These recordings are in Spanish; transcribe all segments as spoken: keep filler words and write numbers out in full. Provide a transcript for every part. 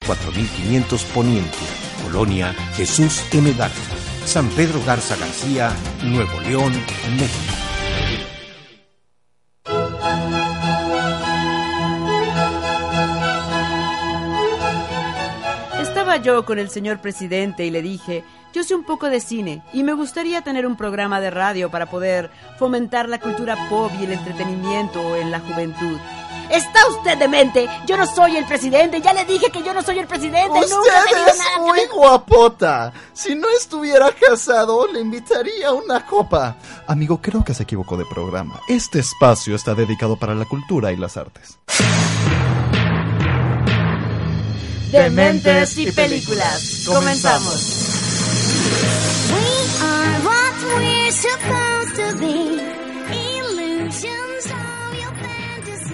cuatro mil quinientos Poniente, Colonia Jesús M. Garza, San Pedro Garza García, Nuevo León, México. Estaba yo con el señor presidente y le dije, yo sé un poco de cine y me gustaría tener un programa de radio para poder fomentar la cultura pop y el entretenimiento en la juventud. Está usted demente. Yo no soy el presidente. Ya le dije que yo no soy el presidente. Usted Nunca he tenido es nada muy que ver. guapota. Si no estuviera casado, le invitaría a una copa. Amigo, creo que se equivocó de programa. Este espacio está dedicado para la cultura y las artes. Dementes y películas. Comenzamos. We are what we're supposed to be. Illusions of your fantasy.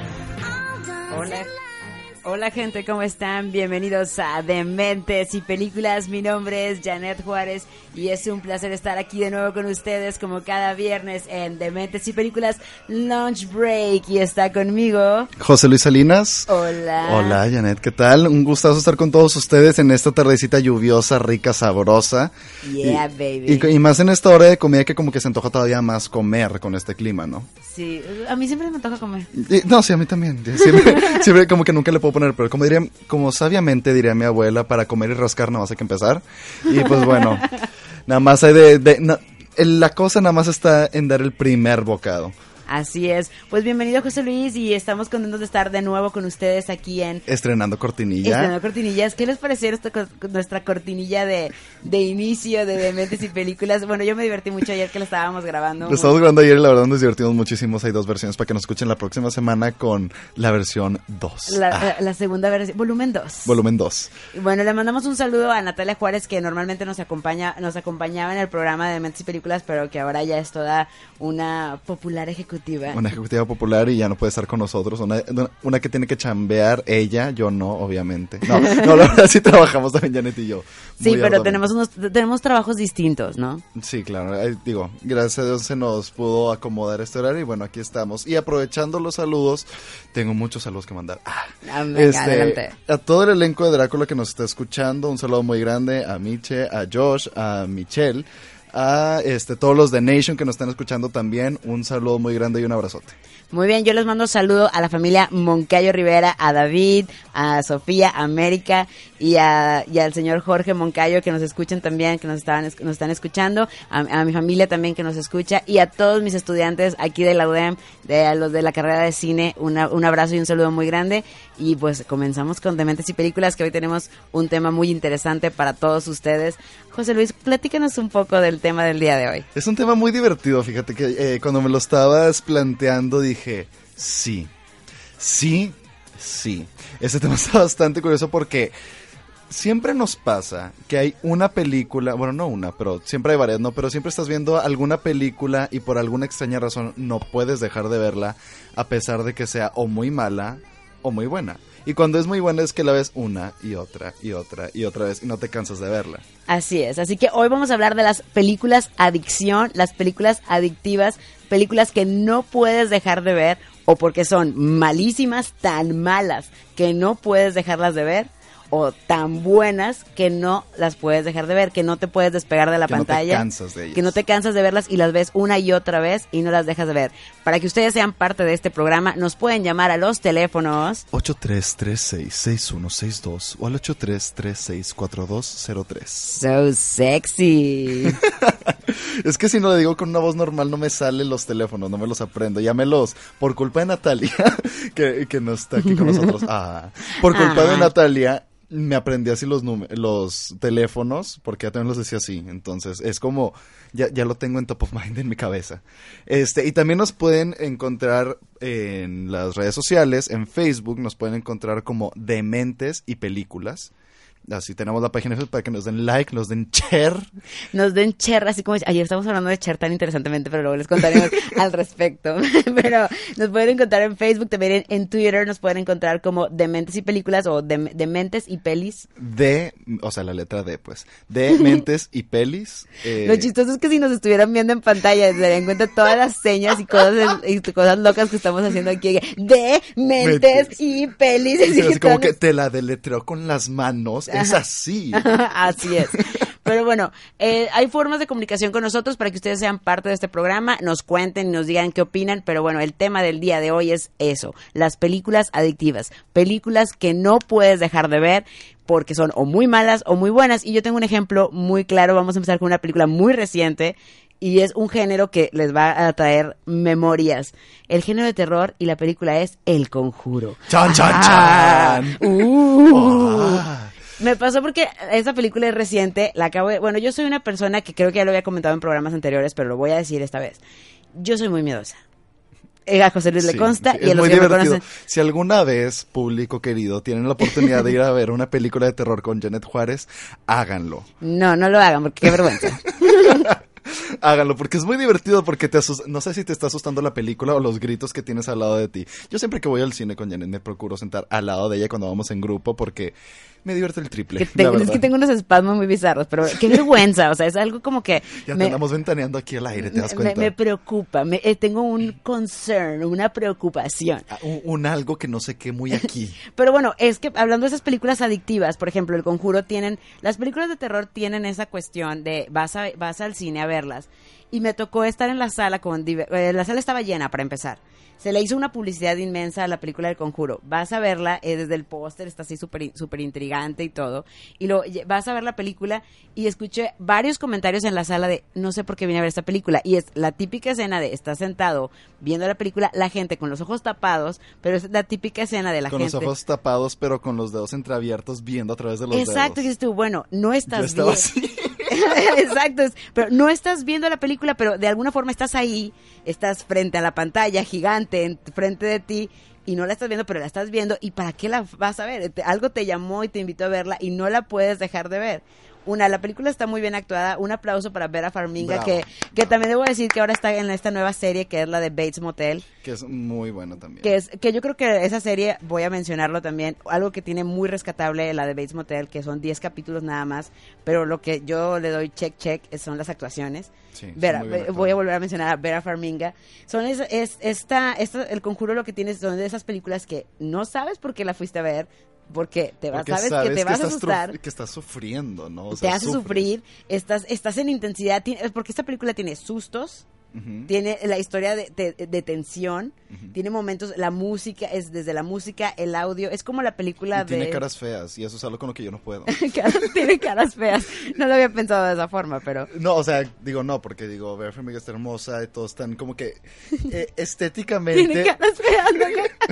All done. Hola. Hola gente, ¿cómo están? Bienvenidos a Dementes y Películas. Mi nombre es Janet Juárez y es un placer estar aquí de nuevo con ustedes como cada viernes en Dementes y Películas Lunch Break. Y está conmigo José Luis Salinas. Hola. Hola, Janet, ¿qué tal? Un gustazo estar con todos ustedes en esta tardecita lluviosa, rica, sabrosa. Yeah, y, baby. Y, y más en esta hora de comida que como que se antoja todavía más comer con este clima, ¿no? Sí, a mí siempre me toca comer. Y, no, sí, a mí también. Siempre, siempre como que nunca le puedo poner, pero como diría, como sabiamente diría mi abuela, para comer y rascar nada más hay que empezar. Y pues bueno, nada más hay de... de na, la cosa nada más está en dar el primer bocado. Así es. Pues bienvenido José Luis y estamos contentos de estar de nuevo con ustedes aquí en... Estrenando cortinilla. Estrenando cortinillas. ¿Qué les pareció esta, nuestra cortinilla de, de inicio de Dementes y Películas? Bueno, yo me divertí mucho ayer que lo estábamos grabando. Lo estábamos grabando ayer y la verdad nos divertimos muchísimo. Hay dos versiones para que nos escuchen la próxima semana con la versión dos. La, ah. la, la segunda versión, volumen dos. Volumen dos. Y bueno, le mandamos un saludo a Natalia Juárez, que normalmente nos acompaña, nos acompañaba en el programa de Dementes y Películas, pero que ahora ya es toda una popular ejecutiva. Una ejecutiva popular y ya no puede estar con nosotros. Una, una que tiene que chambear, ella, yo no, obviamente. No, no, la verdad sí trabajamos también Janet y yo. Sí, pero tenemos unos tenemos trabajos distintos, ¿no? Sí, claro. Eh, digo, gracias a Dios se nos pudo acomodar este horario y bueno, aquí estamos. Y aprovechando los saludos, tengo muchos saludos que mandar. Ah, ah, venga, este, adelante. A todo el elenco de Drácula que nos está escuchando, un saludo muy grande a Miche, a Josh, a Michelle, a este todos los de Nation que nos están escuchando también, un saludo muy grande y un abrazote. Muy bien, yo les mando saludo a la familia Moncayo Rivera, a David, a Sofía, a América y, a, y al señor Jorge Moncayo que nos escuchan también, que nos estaban nos están escuchando, a, a mi familia también que nos escucha y a todos mis estudiantes aquí de la U D E M, de a los de la carrera de cine, una, un abrazo y un saludo muy grande. Y pues comenzamos con Dementes y Películas, que hoy tenemos un tema muy interesante para todos ustedes. José Luis, platícanos un poco del tema del día de hoy. Es un tema muy divertido, fíjate que eh, cuando me lo estabas planteando dije, sí, sí, sí. Este tema está bastante curioso porque siempre nos pasa que hay una película, bueno, no una, pero siempre hay varias, ¿no? Pero siempre estás viendo alguna película y por alguna extraña razón no puedes dejar de verla a pesar de que sea o muy mala o muy buena. Y cuando es muy buena es que la ves una y otra y otra y otra vez y no te cansas de verla. Así es, así que hoy vamos a hablar de las películas adicción, las películas adictivas, películas que no puedes dejar de ver o porque son malísimas, tan malas que no puedes dejarlas de ver, o tan buenas que no las puedes dejar de ver, que no te puedes despegar de la que pantalla, no te cansas de ellas. que no te cansas de verlas y las ves una y otra vez y no las dejas de ver. Para que ustedes sean parte de este programa, nos pueden llamar a los teléfonos ocho tres tres seis, seis uno seis dos o al ocho tres tres seis, cuatro dos cero tres. So sexy. Es que si no le digo con una voz normal no me salen los teléfonos, no me los aprendo. Llámelos por culpa de Natalia, que, que no está aquí con nosotros. Ah, por culpa Ah. de Natalia me aprendí así los números, los teléfonos, porque ya también los decía así. Entonces es como, ya, ya lo tengo en top of mind en mi cabeza. Este, y también nos pueden encontrar en las redes sociales, en Facebook nos pueden encontrar como Dementes y Películas. Así tenemos la página de Facebook para que nos den like, nos den share. Nos den Cher, así como ayer estamos hablando de Cher tan interesantemente, pero luego les contaremos al respecto. Pero nos pueden encontrar en Facebook, también en, en Twitter nos pueden encontrar como Dementes y Películas o Dem- Dementes y Pelis. De, o sea, la letra D, pues. De Mentes y Pelis. Eh, Lo chistoso es que si nos estuvieran viendo en pantalla, se darían cuenta todas las señas y cosas, y cosas locas que estamos haciendo aquí. De Mentes Mentes. y Pelis. así Así que como todas que las- te la deletreó con las manos. Es así. Así es. Pero bueno, eh, hay formas de comunicación con nosotros para que ustedes sean parte de este programa, nos cuenten y nos digan qué opinan, pero bueno, el tema del día de hoy es eso, las películas adictivas, películas que no puedes dejar de ver porque son o muy malas o muy buenas. Y yo tengo un ejemplo muy claro, vamos a empezar con una película muy reciente y es un género que les va a traer memorias. El género de terror y la película es El Conjuro. ¡Chan, chan, Ah, chan! uh. Ah. Me pasó porque esta película es reciente, la acabo de... Bueno, yo soy una persona que creo que ya lo había comentado en programas anteriores, pero lo voy a decir esta vez. Yo soy muy miedosa. Eh, A José Luis le Sí, consta sí, y a es los muy que me divertido. conocen... Si alguna vez, público querido, tienen la oportunidad de ir a ver una película de terror con Janet Juárez, háganlo. No, no lo hagan porque qué vergüenza. Háganlo, porque es muy divertido, porque te asus- no sé si te está asustando la película o los gritos que tienes al lado de ti. Yo siempre que voy al cine con Janet me procuro sentar al lado de ella cuando vamos en grupo, porque me divierte el triple, Que la tengo- es verdad. que tengo unos espasmos muy bizarros, pero qué vergüenza. O sea, es algo como que... Ya te me- andamos ventaneando aquí al aire, ¿te das me, cuenta? me preocupa, me, eh, tengo un concern, una preocupación. Ah, un, un algo que no sé qué muy aquí. Pero bueno, es que hablando de esas películas adictivas, por ejemplo, El Conjuro tienen, las películas de terror tienen esa cuestión de vas a, vas al cine a verlas. Y me tocó estar en la sala con, diver- eh, la sala estaba llena para empezar. Se le hizo una publicidad inmensa a la película del Conjuro. Vas a verla, eh, desde el póster está así súper in- súper intrigante y todo. Y lo lle- vas a ver la película y escuché varios comentarios en la sala de no sé por qué vine a ver esta película. Y es la típica escena de estás sentado viendo la película, la gente con los ojos tapados, pero es la típica escena de la Con gente. los ojos tapados, pero con los dedos entreabiertos, viendo a través de los Exacto, y dedos. dices tú, bueno, no Yo estás estaba bien. así. Exacto, es- pero no estás viendo la película, pero de alguna forma estás ahí, estás frente a la pantalla gigante, en, frente de ti, y no la estás viendo, pero la estás viendo, ¿y para qué la vas a ver? Te- algo te llamó y te invitó a verla y no la puedes dejar de ver. Una, la película está muy bien actuada, un aplauso para Vera Farmiga, Bravo. que, que también debo decir que ahora está en esta nueva serie que es la de Bates Motel. Que es muy bueno también. Que es que yo creo que esa serie, voy a mencionarlo también, algo que tiene muy rescatable la de Bates Motel, que son diez capítulos nada más, pero lo que yo le doy check check es- son las actuaciones. Sí, son Vera, muy bien eh, actuadas. voy a volver a mencionar a Vera Farmiga. Son es, es- esta, esta, El Conjuro lo que tienes son de esas películas que no sabes por qué la fuiste a ver, porque te vas, Porque sabes, que te vas a estás asustar. truf- que estás sufriendo, ¿no? O Te sea, hace sufres. sufrir, estás, estás en intensidad, tiene- porque esta película tiene sustos, Ujú. tiene la historia de, de- de tensión, tiene momentos, la música, es desde la música, el audio, es como la película Y de... tiene caras feas, y eso es algo con lo que yo no puedo. Caras- tiene caras feas, no lo había pensado de esa forma, pero... No, o sea, digo no, porque digo, Vera Farmiga está hermosa y todos están como que eh, estéticamente... Tiene caras feas, ¿no?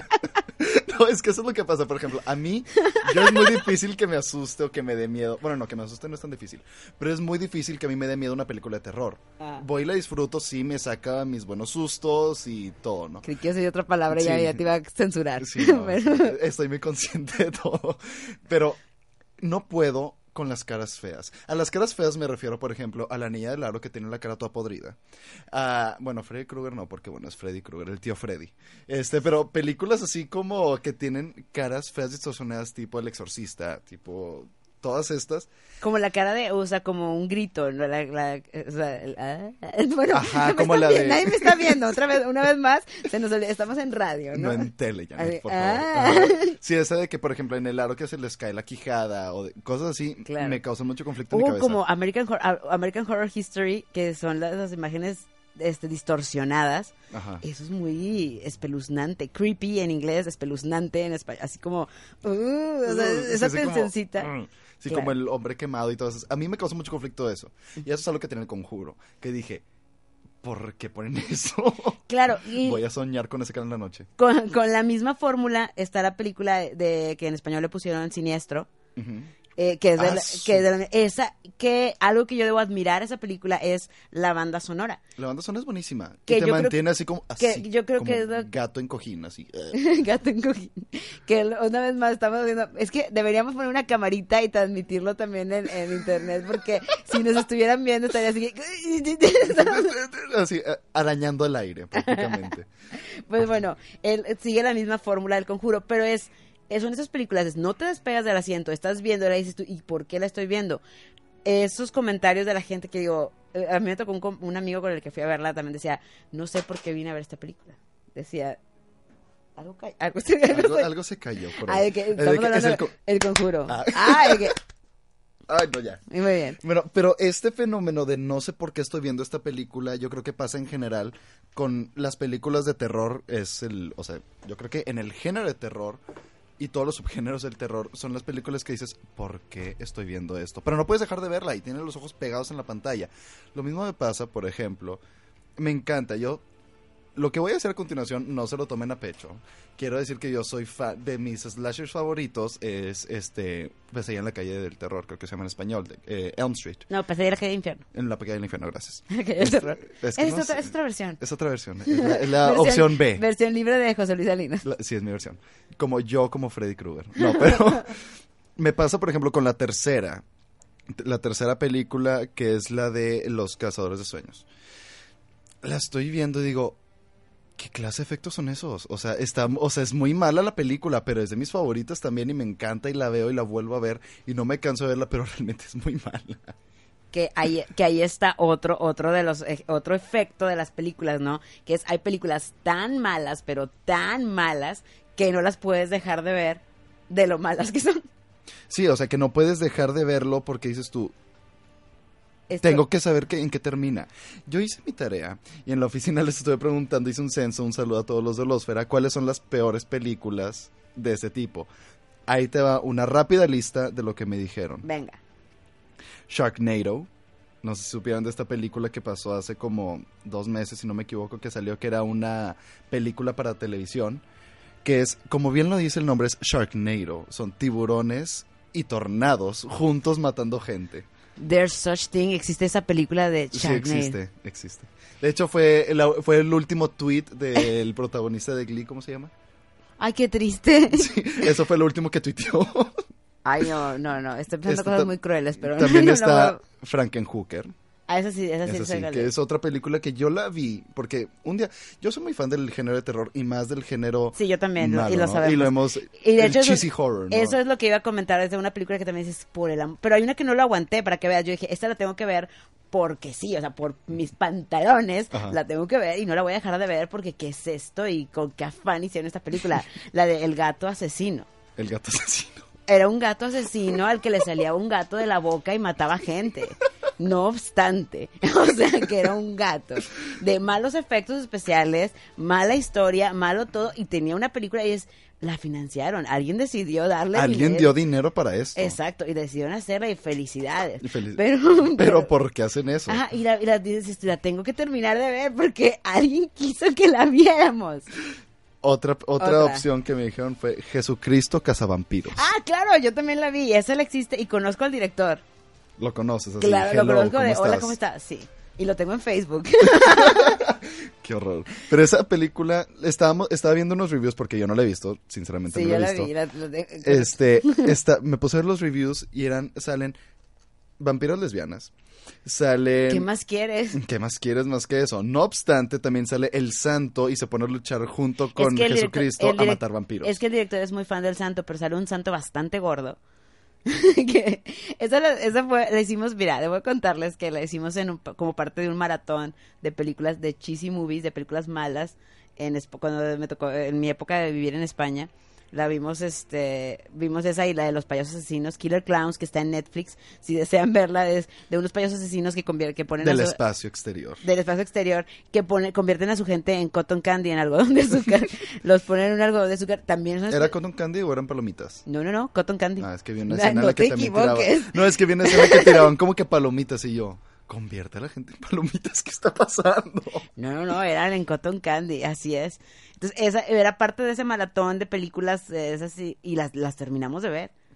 No, es que eso es lo que pasa, por ejemplo, a mí, yo es muy difícil que me asuste o que me dé miedo. Bueno, no, que me asuste no es tan difícil, pero es muy difícil que a mí me dé miedo una película de terror. Ah. Voy y la disfruto, sí, me saca mis buenos sustos y todo, ¿no? Creí que iba a otra palabra y ya, Sí. ya te iba a censurar. Sí, no, Pero- estoy muy consciente de todo, pero no puedo con las caras feas. A las caras feas me refiero, por ejemplo, a la niña del aro que tiene la cara toda podrida. Ah, bueno, Freddy Krueger no, porque bueno, es Freddy Krueger, el tío Freddy. Este, pero películas así como que tienen caras feas distorsionadas, tipo El Exorcista, tipo todas estas. Como la cara de, o sea, como un grito, ¿no? La, la- o sea, el- ah, bueno, Ajá, no me como están la viendo, de- nadie me está viendo, otra vez, una vez más, se nos olvida, estamos en radio, ¿no? No en tele, ya, Ay, por favor. ah. Ajá. Sí, esa de que, por ejemplo, en el aro que se les cae la quijada o de- cosas así, Claro. me causa mucho conflicto en mi O cabeza. como American Horror, American Horror History, que son las, las imágenes este, distorsionadas. Ajá. Eso es muy espeluznante. Creepy en inglés, espeluznante en español. Así como, uh, o sea, Sí, esa sí, como, tensioncita. mm, Sí, Claro. como el hombre quemado y todo eso. A mí me causa mucho conflicto eso. Y eso es algo que tiene el Conjuro. Que dije, ¿por qué ponen eso? Claro, y Voy a soñar con ese cara en la noche. con, con la misma fórmula está la película de, de que en español le pusieron Siniestro. Ujú. Eh, que es de Ah, la- su- que es de la- esa que algo que yo debo admirar esa película es la banda sonora. La banda sonora es buenísima. Que y te yo creo- mantiene así como que así, yo creo como que es lo- gato en cojín, así. eh. Gato en cojín. Que lo- una vez más estamos viendo, es que deberíamos poner una camarita y transmitirlo también en, en internet, porque si nos estuvieran viendo estaría así que... así, eh, arañando el aire, prácticamente. Pues bueno, él sigue la misma fórmula del Conjuro, pero es, es son esas películas, es, no te despegas del asiento, estás viendo, y dices tú, ¿y por qué la estoy viendo? Esos comentarios de la gente que digo, eh, a mí me tocó un, com- un amigo con el que fui a verla, también decía, no sé por qué vine a ver esta película. Decía, algo ca- algo, se- algo Algo, se- algo se cayó por Ah, ahí. de que Eh, de estamos que es hablando el de co- el Conjuro. Ah. Ah, de que, Ay, no, ya. muy bien. Bueno, pero este fenómeno de no sé por qué estoy viendo esta película, yo creo que pasa en general con las películas de terror, es el, o sea, yo creo que en el género de terror y todos los subgéneros del terror son las películas que dices, ¿por qué estoy viendo esto? Pero no puedes dejar de verla y tienes los ojos pegados en la pantalla. Lo mismo me pasa, por ejemplo, me encanta, yo lo que voy a hacer a continuación no se lo tomen a pecho. Quiero decir que yo soy fan de mis slashers favoritos es este Pesadilla en la calle del terror, creo que se llama en español, de, eh, Elm Street, No, pasé la calle de infierno. en la calle del infierno, gracias. La calle del terror. Es que Es, no otra, sé. es otra versión. Es otra versión, es la, es la Versión- opción B. Versión libre de José Luis Salinas. La- sí, es mi versión. Como yo, como Freddy Krueger. No, pero me pasa, por ejemplo, con la tercera. La tercera película, que es la de Los Cazadores de Sueños. La estoy viendo y digo, ¿qué clase de efectos son esos? O sea, está, o sea, es muy mala la película, pero es de mis favoritas también y me encanta y la veo y la vuelvo a ver y no me canso de verla, pero realmente es muy mala. que ahí que ahí está otro otro de los eh, otro efecto de las películas, ¿no? Que es hay películas tan malas, pero tan malas que no las puedes dejar de ver de lo malas que son. Sí, o sea, que no puedes dejar de verlo porque dices tú, Esto- tengo que saber que, en qué termina. Yo hice mi tarea y en la oficina les estuve preguntando, hice un censo, un saludo a todos los de Losfera, cuáles son las peores películas de ese tipo. Ahí te va una rápida lista de lo que me dijeron. Venga. Sharknado, no sé si supieron de esta película que pasó hace como dos meses, si no me equivoco, que salió, que era una película para televisión, que es, como bien lo dice el nombre, es Sharknado. Son tiburones y tornados juntos matando gente. There's such thing, existe esa película de Sí, Sharknado. existe, existe. De hecho, fue el, fue el último tweet del protagonista de Glee, ¿cómo se llama? Ay, qué triste. Sí, eso fue lo último que tuiteó. Ay, no, no, no, estoy pensando Este cosas tam- muy crueles, pero También no está voy Frankenhooker. a- Ah, esa sí, esa sí, Eso esa sí, la que leí. es otra película que yo la vi, porque un día, yo soy muy fan del género de terror y más del género Sí, yo también, lo- malo, y lo ¿no? sabemos. Y lo hemos, Y de el hecho, eso- cheesy horror, ¿no? Eso es lo que iba a comentar desde una película que también dices por el amor. Pero hay una que no lo aguanté para que veas. Yo dije, esta la tengo que ver porque sí, o sea, por mis pantalones Ajá. la tengo que ver y no la voy a dejar de ver porque qué es esto y con qué afán hicieron esta película. La de El gato asesino. El gato asesino. Era un gato asesino al que le salía un gato de la boca y mataba gente. No obstante, o sea, que era un gato de malos efectos especiales, mala historia, malo todo, y tenía una película y es, la financiaron. Alguien decidió darle Alguien dinero. dio dinero para esto. Exacto, y decidieron hacerla y felicidades. Y feliz- Pero, Pero ¿por qué hacen eso? Ajá, y la, y la dices, la tengo que terminar de ver porque alguien quiso que la viéramos. Otra, otra, Otra. opción que me dijeron fue Jesucristo Cazavampiros. Ah, claro, yo también la vi, esa la existe y conozco al director. Lo conoces, así. Claro, hello, lo conozco ¿cómo de estás? hola, ¿cómo estás? Sí. Y lo tengo en Facebook. Qué horror. Pero esa película, estábamos, estaba viendo unos reviews porque yo no la he visto, sinceramente Sí, no yo la la he visto. vi. la- la de- Este, está, me puse a ver los reviews y eran, salen vampiras lesbianas. Salen... ¿Qué más quieres? ¿Qué más quieres más que eso? No obstante, también sale el santo y se pone a luchar junto con Es que el director- Jesucristo el a direc- matar vampiros. Es que el director es muy fan del santo, pero sale un santo bastante gordo. que esa, la- esa fue, la hicimos, mira, debo contarles que la hicimos en un- como parte de un maratón de películas de cheesy movies, de películas malas, en Esp- cuando me tocó, en mi época de vivir en España. La vimos, este, vimos esa y la de los payasos asesinos, Killer Clowns, que está en Netflix. Si desean verla, es de unos payasos asesinos que, convier- que ponen Del a su- espacio exterior. del espacio exterior, que pone, convierten a su gente en cotton candy, en algodón de azúcar. Los ponen en un algodón de azúcar. También son ¿Era cotton candy o eran palomitas? No, no, no, cotton candy. Ah, es que vi una No, escena en no la que te también equivoques. tiraban. No, es que vi una escena que tiraban como que palomitas y yo, convierte a la gente en palomitas, ¿qué está pasando? No, no, no, eran en cotton candy, así es. Entonces, esa era parte de ese maratón de películas, eh, esas sí, y las, las terminamos de ver.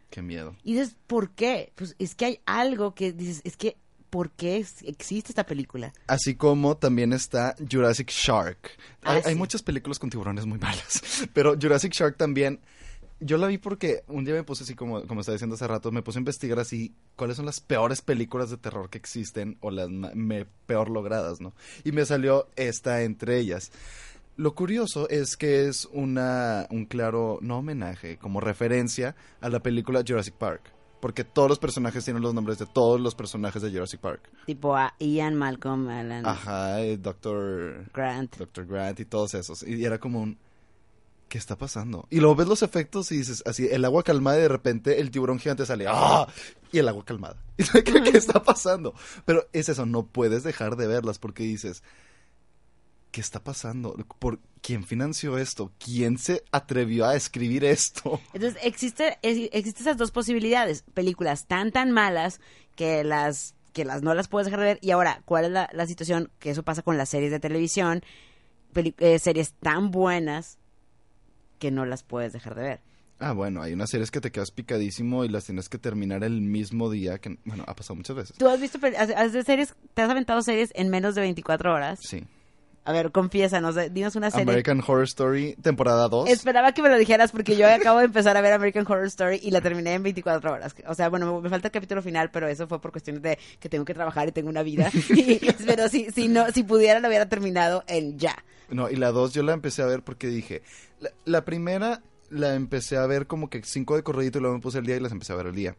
Qué miedo. Y dices, ¿por qué? Pues es que hay algo que dices, es que, ¿por qué es- existe esta película? Así como también está Jurassic Shark. Ah, hay, sí. hay muchas películas con tiburones muy malas, pero Jurassic Shark también. Yo la vi porque un día me puse así, como, como estaba diciendo hace rato, me puse a investigar así cuáles son las peores películas de terror que existen o las ma- me- peor logradas, ¿no? Y me salió esta entre ellas. Lo curioso es que es una un claro, no homenaje, como referencia a la película Jurassic Park. Porque todos los personajes tienen los nombres de todos los personajes de Jurassic Park. Tipo a Ian, Malcolm, Alan, Ajá, eh, doctor Grant. doctor Grant y todos esos. Y era como un... ¿Qué está pasando? Y luego ves los efectos y dices así, el agua calmada y de repente el tiburón gigante sale. ¡Ah! Y el agua calmada. Y ¿qué, qué está pasando? Pero es eso, no puedes dejar de verlas porque dices... ¿Qué está pasando? ¿Por quién financió esto? ¿Quién se atrevió a escribir esto? Entonces, existe, es- existe esas dos posibilidades. Películas tan, tan malas que las que las no las puedes dejar de ver. Y ahora, ¿cuál es la, la situación? Que eso pasa con las series de televisión. Peli- eh, series tan buenas que no las puedes dejar de ver. Ah, bueno, hay unas series que te quedas picadísimo y las tienes que terminar el mismo día que... Bueno, ha pasado muchas veces. ¿Tú has visto pel- has, has de series, te has aventado series en menos de veinticuatro horas? Sí. A ver, confiésanos, eh, dinos una serie. American Horror Story, temporada dos. Esperaba que me lo dijeras porque yo acabo de empezar a ver American Horror Story y la terminé en veinticuatro horas. O sea, bueno, me, me falta el capítulo final, pero eso fue por cuestiones de que tengo que trabajar y tengo una vida. Y- pero si, si no, si pudiera, lo hubiera terminado en ya. No, y la dos yo la empecé a ver porque dije... La, la primera la empecé a ver como que cinco de corridito y luego me puse el día y las empecé a ver el día.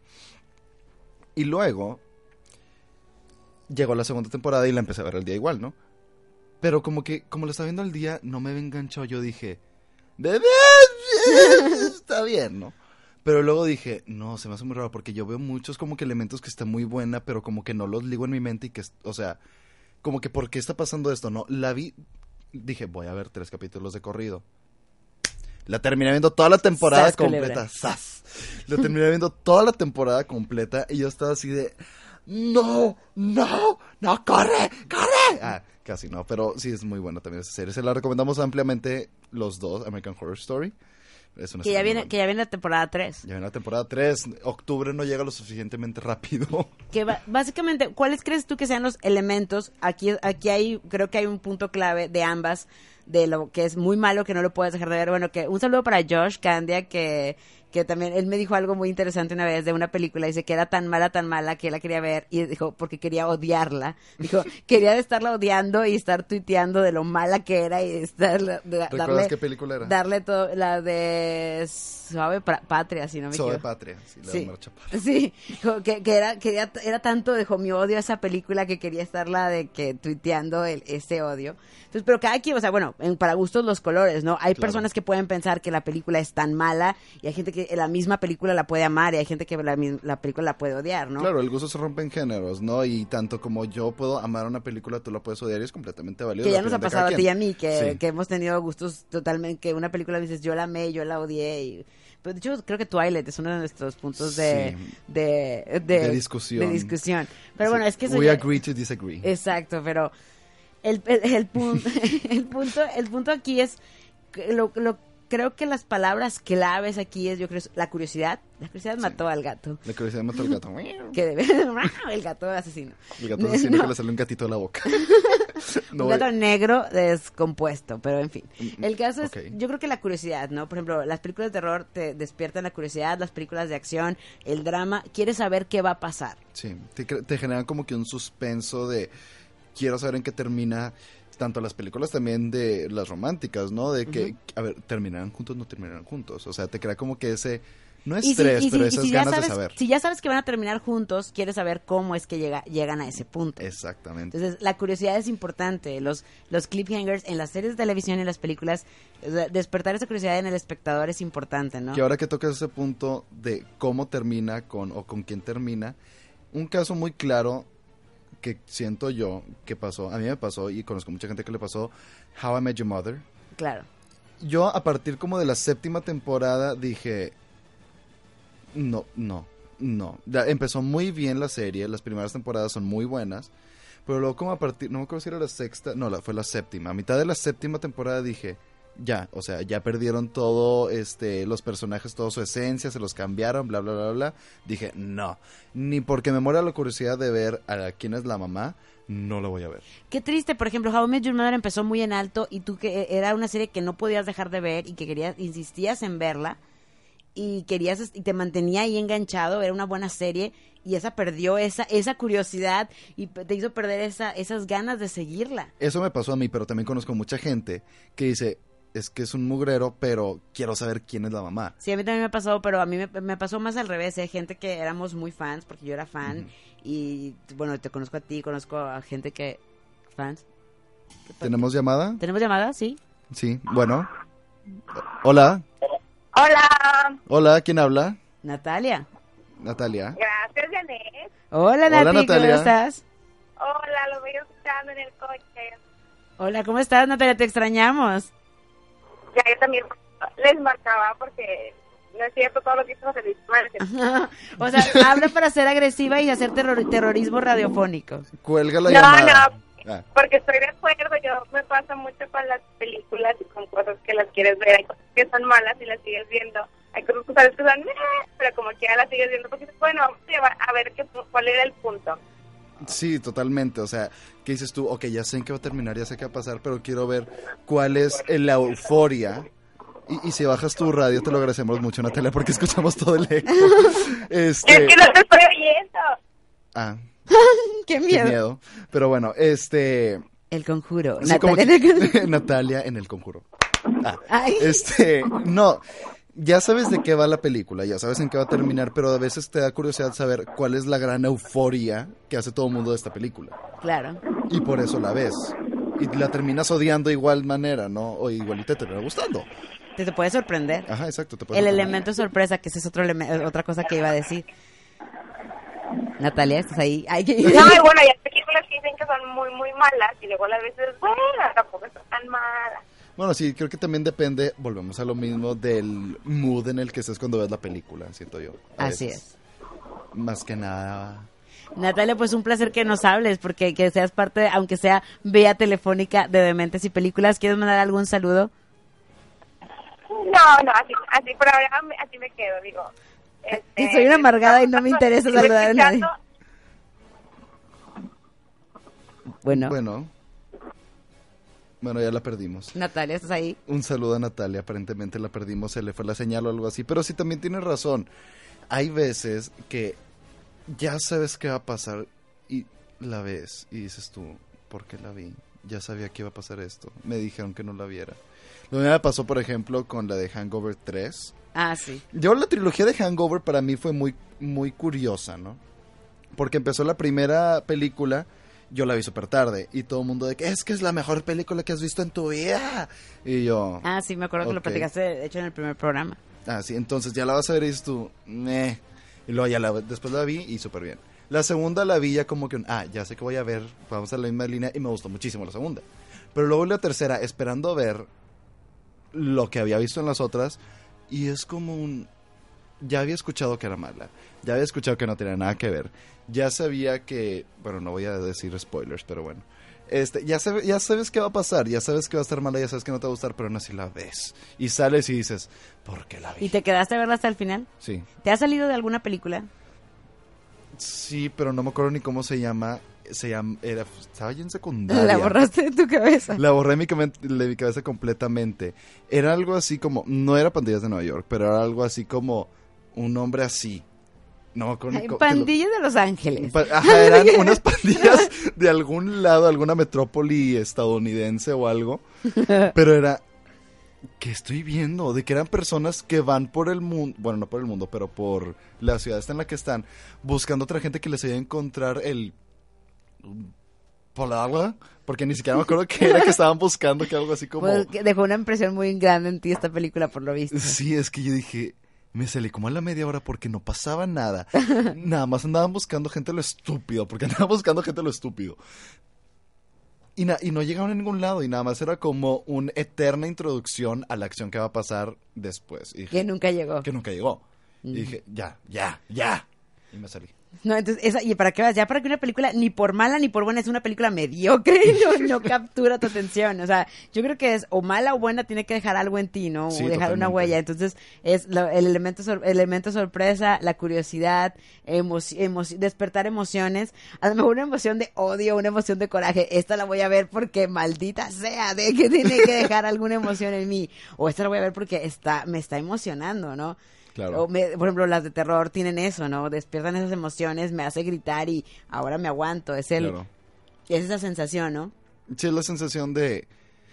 Y luego... Llegó la segunda temporada y la empecé a ver el día igual, ¿no? Pero como que, como lo estaba viendo al día, no me enganchó. Yo dije, bebé, está bien, ¿no? Pero luego dije, no, se me hace muy raro porque yo veo muchos como que elementos que están muy buena, pero como que no los ligo en mi mente y que, es- o sea, como que ¿por qué está pasando esto? No, la vi, dije, voy a ver tres capítulos de corrido. La terminé viendo toda la temporada Sas, culebra. completa. ¡Sas! La terminé viendo toda la temporada completa y yo estaba así de... ¡No! ¡No! ¡No! ¡Corre! ¡Corre! Ah, casi no, pero sí es muy buena también esa serie. Se la recomendamos ampliamente los dos, American Horror Story. Es una Que ya serie muy viene, buena. que ya viene la temporada tres. Ya viene la temporada tres. Octubre no llega lo suficientemente rápido. Que ba- básicamente, ¿cuáles crees tú que sean los elementos? Aquí, aquí hay, creo que hay un punto clave de ambas, de lo que es muy malo que no lo puedes dejar de ver. Bueno, que un saludo para Josh Candia, que, que también, él me dijo algo muy interesante una vez de una película, dice que era tan mala, tan mala que él la quería ver, y dijo, porque quería odiarla. Dijo, quería estarla odiando y estar tuiteando de lo mala que era y estar, de- ¿Recuerdas darle, qué película era? darle todo, la de Suave Pra- Patria, si no me Soy equivoco. Patria. Sí, la de Sí, Omar Chaparro. sí, dijo que, que era, que era, era tanto, dijo, mi odio a esa película que quería estarla de que tuiteando el, ese odio. Entonces, pero cada quien, o sea, bueno, en- para gustos los colores, ¿no? Hay Claro. personas que pueden pensar que la película es tan mala y hay gente que la misma película la puede amar y hay gente que la, mis- la película la puede odiar, ¿no? Claro, el gusto se rompe en géneros, ¿no? Y tanto como yo puedo amar una película, tú la puedes odiar y es completamente válido. Que la ya nos ha opinión de pasado a cada ti y a quien. mí, que, Sí. que hemos tenido gustos totalmente, que una película dices, yo la amé, yo la odié. Y, pero de hecho, creo que Twilight es uno de nuestros puntos de, Sí. de, de, De discusión. de discusión. Pero Sí. bueno, es que eso We ya- agree to disagree. Exacto, pero el, el, el, punto, el punto el punto aquí es que lo, lo creo que las palabras claves aquí es, yo creo, la curiosidad. La curiosidad mató al gato. La curiosidad mató al gato. Que debe, el gato asesino. El gato asesino No, que le sale un gatito de la boca. No, un gato eh, negro descompuesto, pero en fin. El caso es, ok. yo creo que la curiosidad, ¿no? Por ejemplo, las películas de terror te despiertan la curiosidad, las películas de acción, el drama, quieres saber qué va a pasar. Sí, te, cre- te generan como que un suspenso de... Quiero saber en qué termina... Tanto las películas también de las románticas, ¿no? De que, a ver, ¿terminarán juntos o no terminarán juntos? O sea, te crea como que ese... No Y si- estrés, y si- pero y esas si ya ganas sabes, de saber. Si ya sabes que van a terminar juntos, quieres saber cómo es que llega, llegan a ese punto. Exactamente. Entonces, la curiosidad es importante. Los, los cliffhangers en las series de televisión y en las películas, o sea, despertar esa curiosidad en el espectador es importante, ¿no? Que ahora que tocas ese punto de cómo termina con o con quién termina, un caso muy claro que siento yo que pasó, a mí me pasó y conozco mucha gente que le pasó, How I Met Your Mother. Claro. Yo a partir como de la séptima temporada dije, no, no, no. Ya empezó muy bien la serie, las primeras temporadas son muy buenas, pero luego como a partir, no me acuerdo si era la sexta, no, la, fue la séptima. A mitad de la séptima temporada dije, ya, o sea, ya perdieron todo, este, los personajes, toda su esencia, se los cambiaron, bla, bla, bla, bla. Dije, no, ni porque me muera la curiosidad de ver a quién es la mamá, no la voy a ver. Qué triste, por ejemplo, How I Met Your Mother empezó muy en alto y tú que era una serie que no podías dejar de ver y que querías, insistías en verla y querías y te mantenía ahí enganchado, era una buena serie y esa perdió esa esa curiosidad y te hizo perder esa esas ganas de seguirla. Eso me pasó a mí, pero también conozco mucha gente que dice, es que es un mugrero, pero quiero saber quién es la mamá. Sí, a mí también me pasó, pero a mí me, me pasó más al revés, hay gente que éramos muy fans, porque yo era fan, uh-huh. y bueno, te conozco a ti, conozco a gente que... ¿Fans? ¿Tenemos llamada? ¿Tenemos llamada? Sí. Sí, bueno. Hola. Hola. Hola, ¿quién habla? Natalia. Natalia. Gracias, Janet. Hola, Nati, Hola, Natalia. ¿cómo estás? Hola, lo voy escuchando en el coche. Hola, ¿cómo estás, Natalia? Te extrañamos. Ya, yo también les marcaba porque no es cierto todo lo que hizo José Luis Márquez. O sea, habla para ser agresiva y hacer terror, terrorismo radiofónico. Cuelga la no, llamada. No, Ah. porque estoy de acuerdo. Yo me pasa mucho con las películas y con cosas que las quieres ver. Hay cosas que son malas y las sigues viendo. Hay cosas que sabes que son, "Meh", pero como quiera las sigues viendo porque dices, bueno, vamos a, llevar a ver qué, cuál era el punto. Sí, totalmente, o sea, ¿qué dices tú? Ok, ya sé en qué va a terminar, ya sé qué va a pasar, pero quiero ver cuál es la euforia. Y, y si bajas tu radio, te lo agradecemos mucho, Natalia, porque escuchamos todo el eco. Este... Es que no te estoy oyendo. Ah, qué miedo. qué miedo. Pero bueno, este... El Conjuro. Sí, Natalia, como en el... que- Natalia en el Conjuro. Ah, Ay. este, no... Ya sabes de qué va la película, ya sabes en qué va a terminar, pero a veces te da curiosidad saber cuál es la gran euforia que hace todo el mundo de esta película. Claro. Y por eso la ves. Y la terminas odiando de igual manera, ¿no? O igual y te termina gustando. Te, te puede sorprender. Ajá, exacto. Te puede El sorprender. elemento sorpresa, que esa es otro eleme- otra cosa que iba a decir. Natalia, ¿estás ahí? Ay, que... No, y bueno, hay películas que dicen que son muy, muy malas y luego las veces, bueno, tampoco están tan malas. Bueno, sí, creo que también depende, volvemos a lo mismo, del mood en el que estés cuando ves la película, siento yo. a Así veces. es. Más que nada... Natalia, pues un placer que nos hables, porque que seas parte, aunque sea vía telefónica, de Dementes y Películas. ¿Quieres mandar algún saludo? No, no, así, así por ahora me- así me quedo, digo. Este, Que soy una amargada y no me interesa sigo saludar a nadie. escuchando. Bueno, Bueno. Bueno, ya la perdimos. Natalia, ¿estás ahí? Un saludo a Natalia, aparentemente la perdimos, se le fue la señal o algo así, pero sí también tienes razón. Hay veces que ya sabes qué va a pasar y la ves y dices tú, ¿por qué la vi? Ya sabía que iba a pasar esto. Me dijeron que no la viera. Lo mismo me pasó, por ejemplo, con la de Hangover tres. Ah, sí. Yo la trilogía de Hangover para mí fue muy, muy curiosa, ¿no? Porque empezó la primera película, yo la vi súper tarde, y todo el mundo de que es que es la mejor película que has visto en tu vida. Y yo... Ah, sí, me acuerdo que lo Ok. platicaste, de hecho, en el primer programa. Ah, sí, entonces ya la vas a ver y dices tú, meh. Y luego ya la, después la vi y súper bien. La segunda la vi ya como que, ah, ya sé que voy a ver, vamos a la misma línea y me gustó muchísimo la segunda. Pero luego la tercera, esperando ver lo que había visto en las otras, y es como un... Ya había escuchado que era mala, ya había escuchado que no tenía nada que ver, ya sabía que... Bueno, no voy a decir spoilers, pero bueno. Este, ya, sabe, ya sabes qué va a pasar, ya sabes que va a estar mala, ya sabes que no te va a gustar, pero aún así la ves. Y sales y dices, ¿por qué la vi? ¿Y te quedaste a verla hasta el final? Sí. ¿Te ha salido de alguna película? Sí, pero no me acuerdo ni cómo se llama. Se llama, era, estaba yo en secundaria. La borraste de tu cabeza. La borré de mi, camen- de mi cabeza completamente. Era algo así como, no era Pandillas de Nueva York, pero era algo así como un hombre así. No me acuerdo ni Ay, cómo- te lo- Pandillas de Los Ángeles. Pa- Ajá, eran unas pandillas de algún lado, alguna metrópoli estadounidense o algo. Pero era, ¿qué estoy viendo? De que eran personas que van por el mundo, bueno, no por el mundo, pero por la ciudad esta en la que están, buscando otra gente que les ayude a encontrar el... palabra, porque ni siquiera me acuerdo qué era que estaban buscando, que algo así como... Pues, que dejó una impresión muy grande en ti esta película, por lo visto. Sí, es que yo dije, me salí como a la media hora porque no pasaba nada. Nada más andaban buscando gente a lo estúpido, porque andaban buscando gente a lo estúpido. Y, na- y no llegaron a ningún lado, y nada más era como una eterna introducción a la acción que va a pasar después. Y dije, Que nunca llegó. que nunca llegó. Y dije, ya, ya, ya. Y me salí. No, entonces, esa, y para qué vas, ya para que una película, ni por mala ni por buena, es una película mediocre, no, no captura tu atención. O sea, yo creo que es o mala o buena, tiene que dejar algo en ti, ¿no? Sí, o dejar totalmente. una huella. Entonces, es lo- el elemento sor- el elemento sorpresa, la curiosidad, emo- emo- despertar emociones. A lo mejor una emoción de odio, una emoción de coraje. Esta la voy a ver porque maldita sea, de que tiene que dejar alguna emoción en mí. O esta la voy a ver porque está, me está emocionando, ¿no? Claro. O me- por ejemplo, las de terror tienen eso, ¿no? Despiertan esas emociones, me hace gritar y ahora me aguanto. Es el, Claro. es esa sensación, ¿no? Sí, es la sensación de...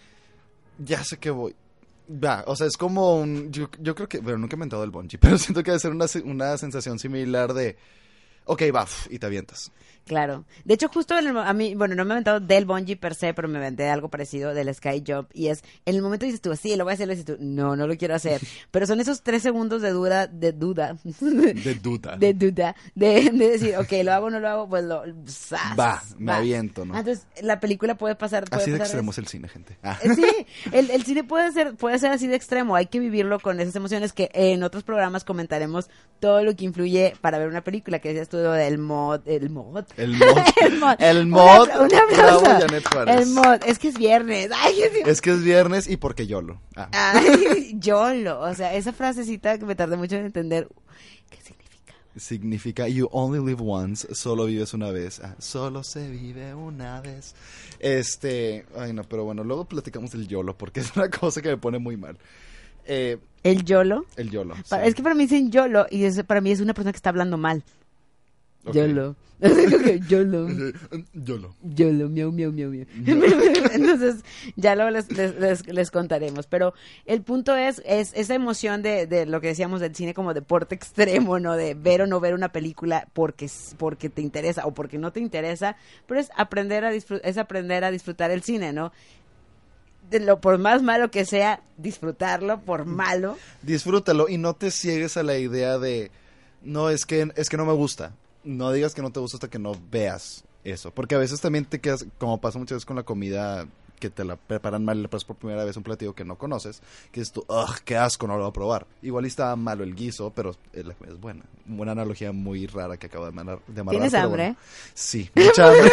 Ya sé que voy. Va, o sea, es como un... Yo, yo creo que... Bueno, nunca he inventado el bungee, pero siento que debe ser una, se- una sensación similar de... Ok, va, f- y te avientas. Claro. De hecho, justo en el mo- a mí, bueno, no me he aventado del bungee per se, pero me aventé de algo parecido del sky jump. Y es, en el momento dices tú, sí, lo voy a hacer, lo dices tú, no, no lo quiero hacer. Pero son esos tres segundos de duda, de duda. De duda. De duda. De, de decir, ok, lo hago o no lo hago, pues lo... ¡zas! Va, me aviento, ¿no? Ah, entonces, la película puede pasar... Puede Así de pasar extremo eso. es el cine, gente. Ah. Eh, Sí, el, el cine puede ser, puede ser así de extremo, hay que vivirlo con esas emociones que en otros programas comentaremos todo lo que influye para ver una película, que decías tú lo del mod, el mod. El mod. El mod. El Un mod. apla- un aplauso. Bravo, Janet Juárez. El mod, es que es viernes. Ay, Dios mío. Es que es viernes y porque YOLO. Ah. Ay, YOLO, o sea, esa frasecita que me tardé mucho en entender. ¿Qué significa? Significa you only live once, solo vives una vez. Ah, solo se vive una vez. Este, ay no, pero bueno, luego platicamos del YOLO porque es una cosa que me pone muy mal. Eh, El YOLO. el YOLO. Pa- sí. Es que para mí dicen YOLO y es- para mí es una persona que está hablando mal. Ok. YOLO. YOLO. YOLO. YOLO, miau, miau, miau, miau. Entonces, ya luego les, les, les, les contaremos. Pero el punto es, es esa emoción de, de lo que decíamos del cine como deporte extremo, ¿no? De ver o no ver una película porque, s- porque te interesa o porque no te interesa. Pero es aprender a disfrutar, es aprender a disfrutar el cine, ¿no? De lo, por más malo que sea, disfrutarlo por malo. Disfrútalo y no te ciegues a la idea de no, es que es que no me gusta. No digas que no te gusta hasta que no veas eso, porque a veces también te quedas, como pasa muchas veces con la comida, que te la preparan mal y le pasas por primera vez un platillo que no conoces, que es tú, ugh, qué asco, no lo voy a probar. Igual y estaba malo el guiso, pero eh, la comida es buena. Una analogía muy rara que acabo de amarrar. De amarrar, ¿Tienes pero hambre? bueno. Sí, mucha hambre.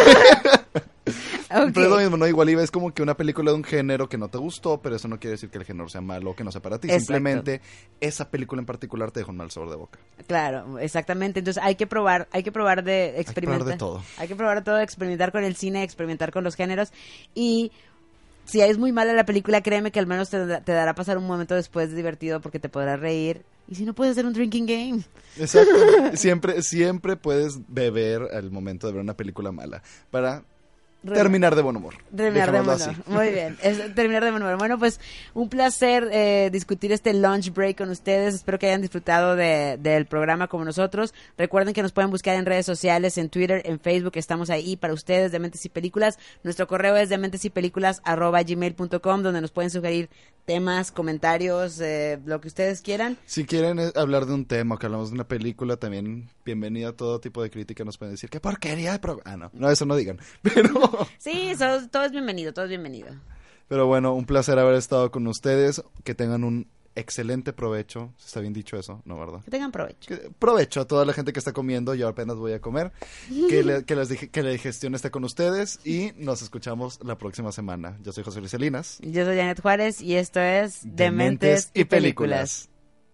Ok. Pero es lo mismo, ¿no? Igual y ves como que una película de un género que no te gustó, pero eso no quiere decir que el género sea malo o que no sea para ti. Exacto. Simplemente esa película en particular te deja un mal sabor de boca. Claro, exactamente. Entonces hay que probar, hay que probar de experimentar. probar de todo. Hay que probar de todo, experimentar con el cine, experimentar con los géneros. Y si es muy mala la película, créeme que al menos te, da- te dará pasar un momento después divertido porque te podrás reír. Y si no, puedes hacer un drinking game. Exacto. siempre, siempre puedes beber al momento de ver una película mala para Re- terminar de buen humor. Terminar de Dejémoslo buen así. humor. Muy bien. Es terminar de buen humor. Bueno, pues un placer eh, discutir este lunch break con ustedes. Espero que hayan disfrutado de, del programa como nosotros. Recuerden que nos pueden buscar en redes sociales, en Twitter, en Facebook. Estamos ahí para ustedes, Dementes y Películas. Nuestro correo es dementesypelículas arroba gmail punto com, donde nos pueden sugerir temas, comentarios, eh, lo que ustedes quieran. Si quieren eh, hablar de un tema o que hablamos de una película, también bienvenido a todo tipo de crítica. Nos pueden decir, ¡qué porquería de programa! Ah, no, no, eso no digan. Pero, Sí, so- todo es bienvenido, todo es bienvenido. pero bueno, un placer haber estado con ustedes. Que tengan un excelente provecho. ¿Está bien dicho eso? No, ¿verdad? Que tengan provecho. Que- provecho a toda la gente que está comiendo. Yo apenas voy a comer. Que, le- que, les dije, que la digestión esté con ustedes. Y nos escuchamos la próxima semana. Yo soy José Luis Salinas. Yo soy Janet Juárez y esto es Dementes y Películas.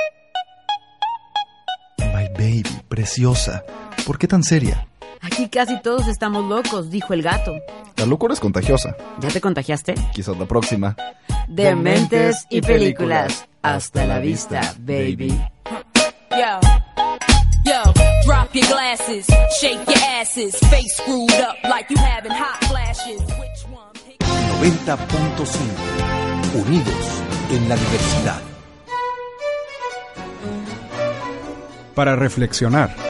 My baby, preciosa. ¿Por qué tan seria? Aquí casi todos estamos locos, dijo el gato. La locura es contagiosa. ¿Ya te contagiaste? Quizás la próxima. Dementes y Películas. Hasta la vista, baby. Yo, yo, drop your glasses, shake your asses, face screwed up like you having hot flashes. Which one? Pick- noventa punto cinco. Unidos en la diversidad. Para reflexionar.